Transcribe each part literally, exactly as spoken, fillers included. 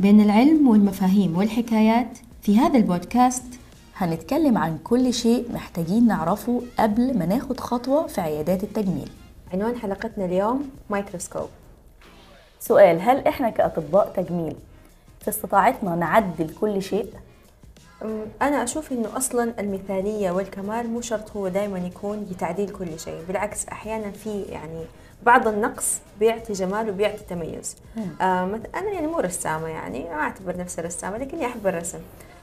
بين العلم والمفاهيم والحكايات. في هذا البودكاست هنتكلم عن كل شيء محتاجين نعرفه قبل ما ناخد خطوة في عيادات التجميل. عنوان حلقتنا اليوم مايكروسكوب. سؤال: هل إحنا كأطباء تجميل في استطاعتنا نعدل كل شيء؟ أنا أشوف إنه أصلاً المثالية والكمال مو شرط هو دائماً يكون بتعديل كل شيء، بالعكس أحياناً في يعني بعض النقص بيعطي جمال وبيعطي تميز. آه مثلا أنا يعني مو رسامة، يعني ما أعتبر نفسي رسامة، لكني أحب الرسم.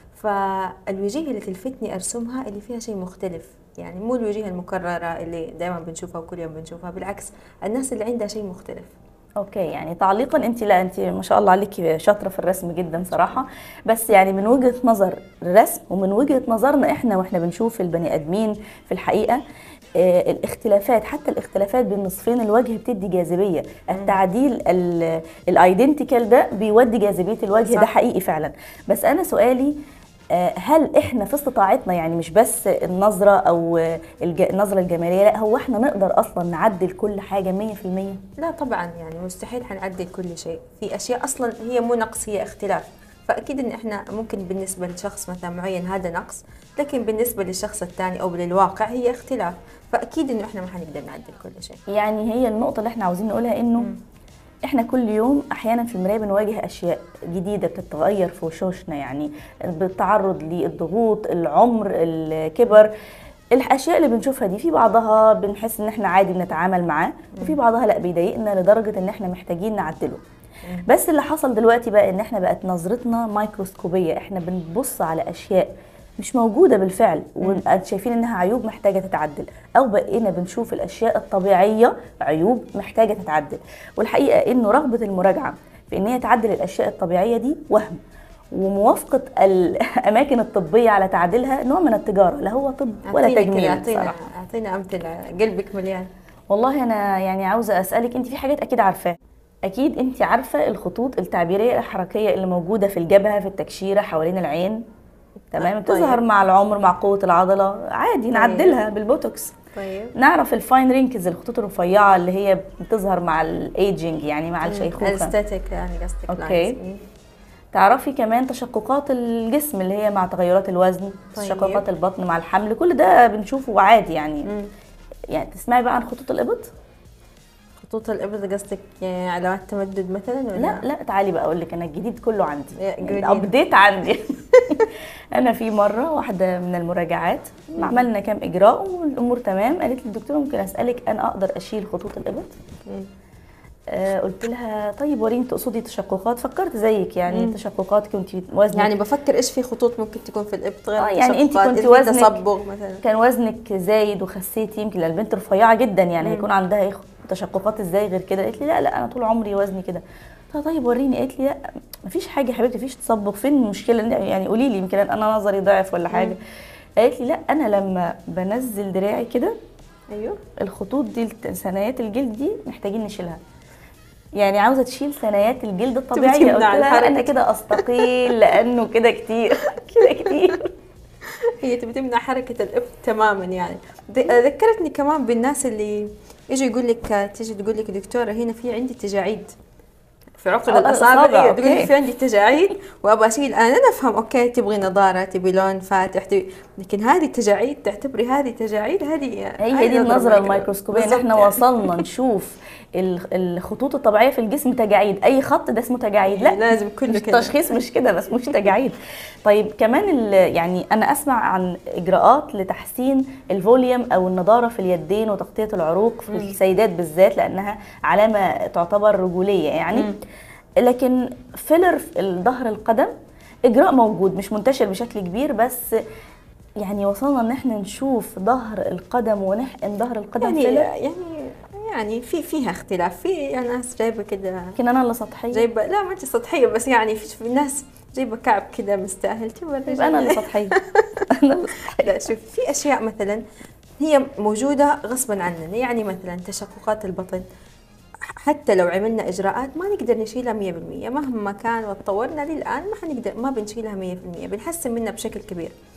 فالوجيه اللي تلفتني أرسمها اللي فيها شيء مختلف، يعني مو الوجيه المكررة اللي دائما بنشوفها وكل يوم بنشوفها، بالعكس الناس اللي عندها شيء مختلف. اوكي، يعني تعليقا انت لا انت ما شاء الله عليكي شاطره في الرسم جدا صراحه، بس يعني من وجهه نظر الرسم ومن وجهه نظرنا احنا واحنا بنشوف البني ادمين في الحقيقه، آه الاختلافات، حتى الاختلافات بين نصفين الوجه بتدي جاذبيه. التعديل الايدنتيكال ده بيودي جاذبيه الوجه، صح. ده حقيقي فعلا. بس انا سؤالي، هل احنا في استطاعتنا، يعني مش بس النظرة او النظرة الجمالية، لا هو احنا نقدر اصلا نعدل كل حاجة مية في المية؟ لا طبعا، يعني مستحيل حنعدل كل شيء. في اشياء اصلا هي مو نقص، هي اختلاف. فاكيد ان احنا ممكن بالنسبة لشخص مثلا معين هذا نقص، لكن بالنسبة للشخص الثاني او للواقع هي اختلاف. فاكيد انه احنا ما حنقدر نعدل كل شيء. يعني هي النقطة اللي احنا عاوزين نقولها انه م. احنا كل يوم احيانا في المرايه بنواجه اشياء جديده بتتغير في وشوشنا، يعني بالتعرض للضغوط، العمر، الكبر، الاشياء اللي بنشوفها دي في بعضها بنحس ان احنا عادي بنتعامل معاه، وفي بعضها لا بيضايقنا لدرجه ان احنا محتاجين نعدله. بس اللي حصل دلوقتي بقى ان احنا بقت نظرتنا مايكروسكوبيه، احنا بنبص على اشياء مش موجودة بالفعل وشايفين انها عيوب محتاجة تتعدل، او بقينا بنشوف الاشياء الطبيعية عيوب محتاجة تتعدل. والحقيقة انه رغبة المراجعة في ان هي تعدل الاشياء الطبيعية دي وهم، وموافقة الاماكن الطبية على تعديلها نوع من التجارة، لا هو طب ولا تجميل. اعطينا اعطينا امثلة، قلبك مليان. والله انا يعني عاوزة اسألك، انت في حاجات اكيد عارفاها، اكيد انت عارفة الخطوط التعبيرية الحركية اللي موجودة في الجبهة، في التكشيرة، حوالين العين، تمام؟ بتظهر مع العمر، مع قوة العضلة، عادي. طيب. نعدلها بالبوتوكس. طيب. نعرف الفاين رينكز، الخطوط الرفيعة اللي هي بتظهر مع الايجينج، يعني مع الشيخوخة. الاستاتيك يعني قصدك. اوكي. تعرفي كمان تشققات الجسم اللي هي مع تغيرات الوزن. طيب. تشققات البطن مع الحمل، كل ده بنشوفه عادي يعني. مم. يعني تسمعي بقى عن خطوط الإبط؟ خطوط الإبط قصدك يعني علامات تمدد مثلا ولا؟ لا لا، تعالي بقى اقول لك، انا الجديد كله عندي، الابديت عندي. انا في مره واحده من المراجعات عملنا كام اجراء والامور تمام، قالت لي الدكتوره ممكن اسالك انا اقدر اشيل خطوط الإبط؟ آه قلت لها طيب وريني تقصدي تشققات؟ فكرت زيك يعني. مم. تشققات كنت وزنك، يعني بفكر ايش في خطوط ممكن تكون في الإبط غير آه يعني انت كنت وزنك تصبغ مثلا، كان وزنك زايد وخسيتي، يمكن البنت رفيعه جدا يعني. مم. هيكون عندها ايه تشققات ازاي غير كده؟ قالت لي لا لا انا طول عمري وزني كده. طيب وريني. قالت لي لا مفيش حاجه يا حبيبتي، مفيش تصبغ، فين المشكله يعني؟ قولي لي يمكن انا نظري ضعف ولا حاجه. مم. قالت لي لا انا لما بنزل دراعي كده، ايوه الخطوط دي ثنايات الجلد دي محتاجين نشيلها. يعني عاوزه تشيل ثنايات الجلد الطبيعيه. قلت لها انا كده استقيل لانه كده كتير كده كتير. هي تبي تمنع حركه الإبط تماما. يعني ذكرتني كمان بالناس اللي يجي يقول لك، تيجي تقول لك دكتوره هنا في عندي تجاعيد في عقد الاصابع، تقول لي في عندي تجاعيد وابغى اشيل. انا افهم اوكي، تبغي نظاره، تبي لون فاتح، تبي، لكن هذه تجاعيد تعتبري هذه تجاعيد؟ هذه هي دي النظره الميكروسكوبيه، ان احنا يعني وصلنا نشوف الخطوط الطبيعيه في الجسم تجاعيد، اي خط ده اسمه تجاعيد. لا لازم كله كده، التشخيص مش كده بس مش تجاعيد. طيب كمان يعني انا اسمع عن اجراءات لتحسين الفوليوم او النضاره في اليدين وتغطيه العروق في السيدات بالذات، لانها علامه تعتبر رجوليه يعني. مم. لكن فيلر ظهر القدم اجراء موجود مش منتشر بشكل كبير، بس يعني وصلنا ان احنا نشوف ظهر القدم ونحقن ظهر القدم يعني فيلر. يعني يعني في فيها اختلاف، في يعني ناس جايبه كده، لكن انا اللي سطحيه جايبه. لا ما انت سطحيه، بس يعني في, في ناس جايبه كعب كده مستاهل. يبقى انا اللي سطحيه. انا اللي سطحيه. لا شوف، في اشياء مثلا هي موجوده غصبا عننا، يعني مثلا تشققات البطن حتى لو عملنا اجراءات ما نقدر نشيلها مية بالمية مهما كان وتطورنا للان، ما حنقدر، ما بنشيلها مية بالمية، بنحسن منها بشكل كبير.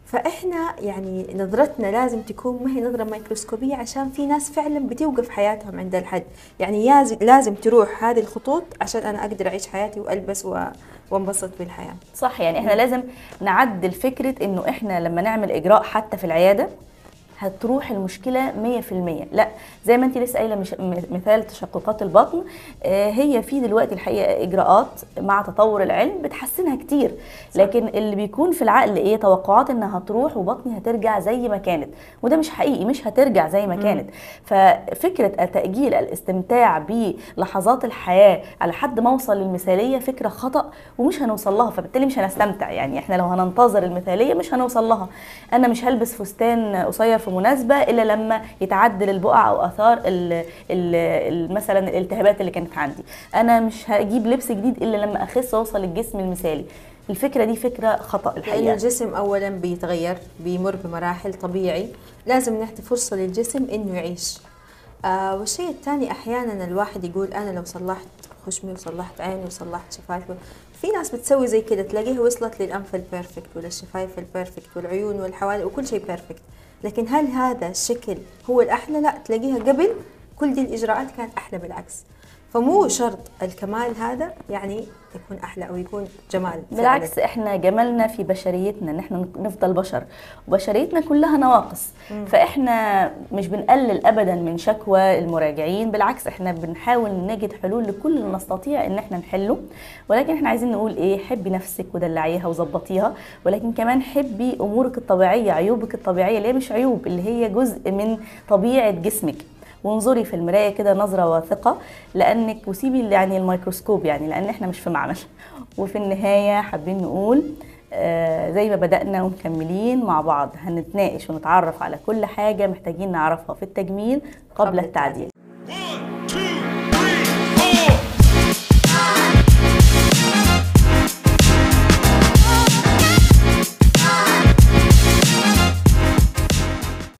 فاحنا يعني نظرتنا لازم تكون ما هي نظره ميكروسكوبيه، عشان في ناس فعلا بتوقف حياتهم عند الحد، يعني ياز- لازم تروح هذه الخطوط عشان انا اقدر اعيش حياتي والبس و- وانبسط بالحياه. صح، يعني احنا لازم نعدل فكرة انه احنا لما نعمل اجراء حتى في العيادة هتروح المشكلة مية في المية. لا، زي ما انت لسه قايلة مش- م- مثال تشققات البطن، آه، هي في دلوقتي الحقيقة اجراءات مع تطور العلم بتحسنها كتير، لكن اللي بيكون في العقل ايه؟ توقعات انها هتروح وبطني هترجع زي ما كانت، وده مش حقيقي، مش هترجع زي ما كانت. ففكرة تأجيل الاستمتاع بلحظات الحياة على حد ما اوصل للمثالية فكرة خطأ، ومش هنوصل لها، فبالتالي مش هنستمتع. يعني احنا لو هننتظر المثالية مش هنوصل لها. انا مش هلبس فستان قصير في مناسبة الا لما يتعدل البقع او اثار ال ال ال مثلا الالتهابات اللي كانت عندي. انا مش هجيب لبس جديد الا لما اخس واوصل للجسم المثالي. الفكرة دي فكرة خطأ لأن الحقيقة. الجسم أولا بيتغير، بيمر بمراحل طبيعي، لازم نعطي فرصة للجسم إنه يعيش. آه والشيء الثاني أحيانا الواحد يقول أنا لو صلحت خشمي وصلحت عيني وصلحت شفايفي، في ناس بتسوي زي كده تلاقيها وصلت للأنف البيرفكت وللشفايف البيرفكت والعيون والحواجب وكل شيء بيرفكت، لكن هل هذا الشكل هو الأحلى؟ لا، تلاقيها قبل كل دي الإجراءات كانت أحلى بالعكس. فمو شرط الكمال هذا يعني يكون أحلى أو يكون جمال، بالعكس احنا جمالنا في بشريتنا، ان احنا نفضل بشر، وبشريتنا كلها نواقص. مم. فاحنا مش بنقلل ابدا من شكوى المراجعين، بالعكس احنا بنحاول نجد حلول لكل اللي نستطيع ان احنا نحله. ولكن احنا عايزين نقول ايه؟ حبي نفسك ودلعيها وظبطيها، ولكن كمان حبي امورك الطبيعيه، عيوبك الطبيعيه اللي هي مش عيوب، اللي هي جزء من طبيعه جسمك. وانظري في المرايه كده نظره واثقه، لانك وسيبي يعني الميكروسكوب، يعني لان احنا مش في معمل. وفي النهايه حابين نقول آه زي ما بدأنا ومكملين مع بعض، هنتناقش ونتعرف على كل حاجه محتاجين نعرفها في التجميل قبل التعديل.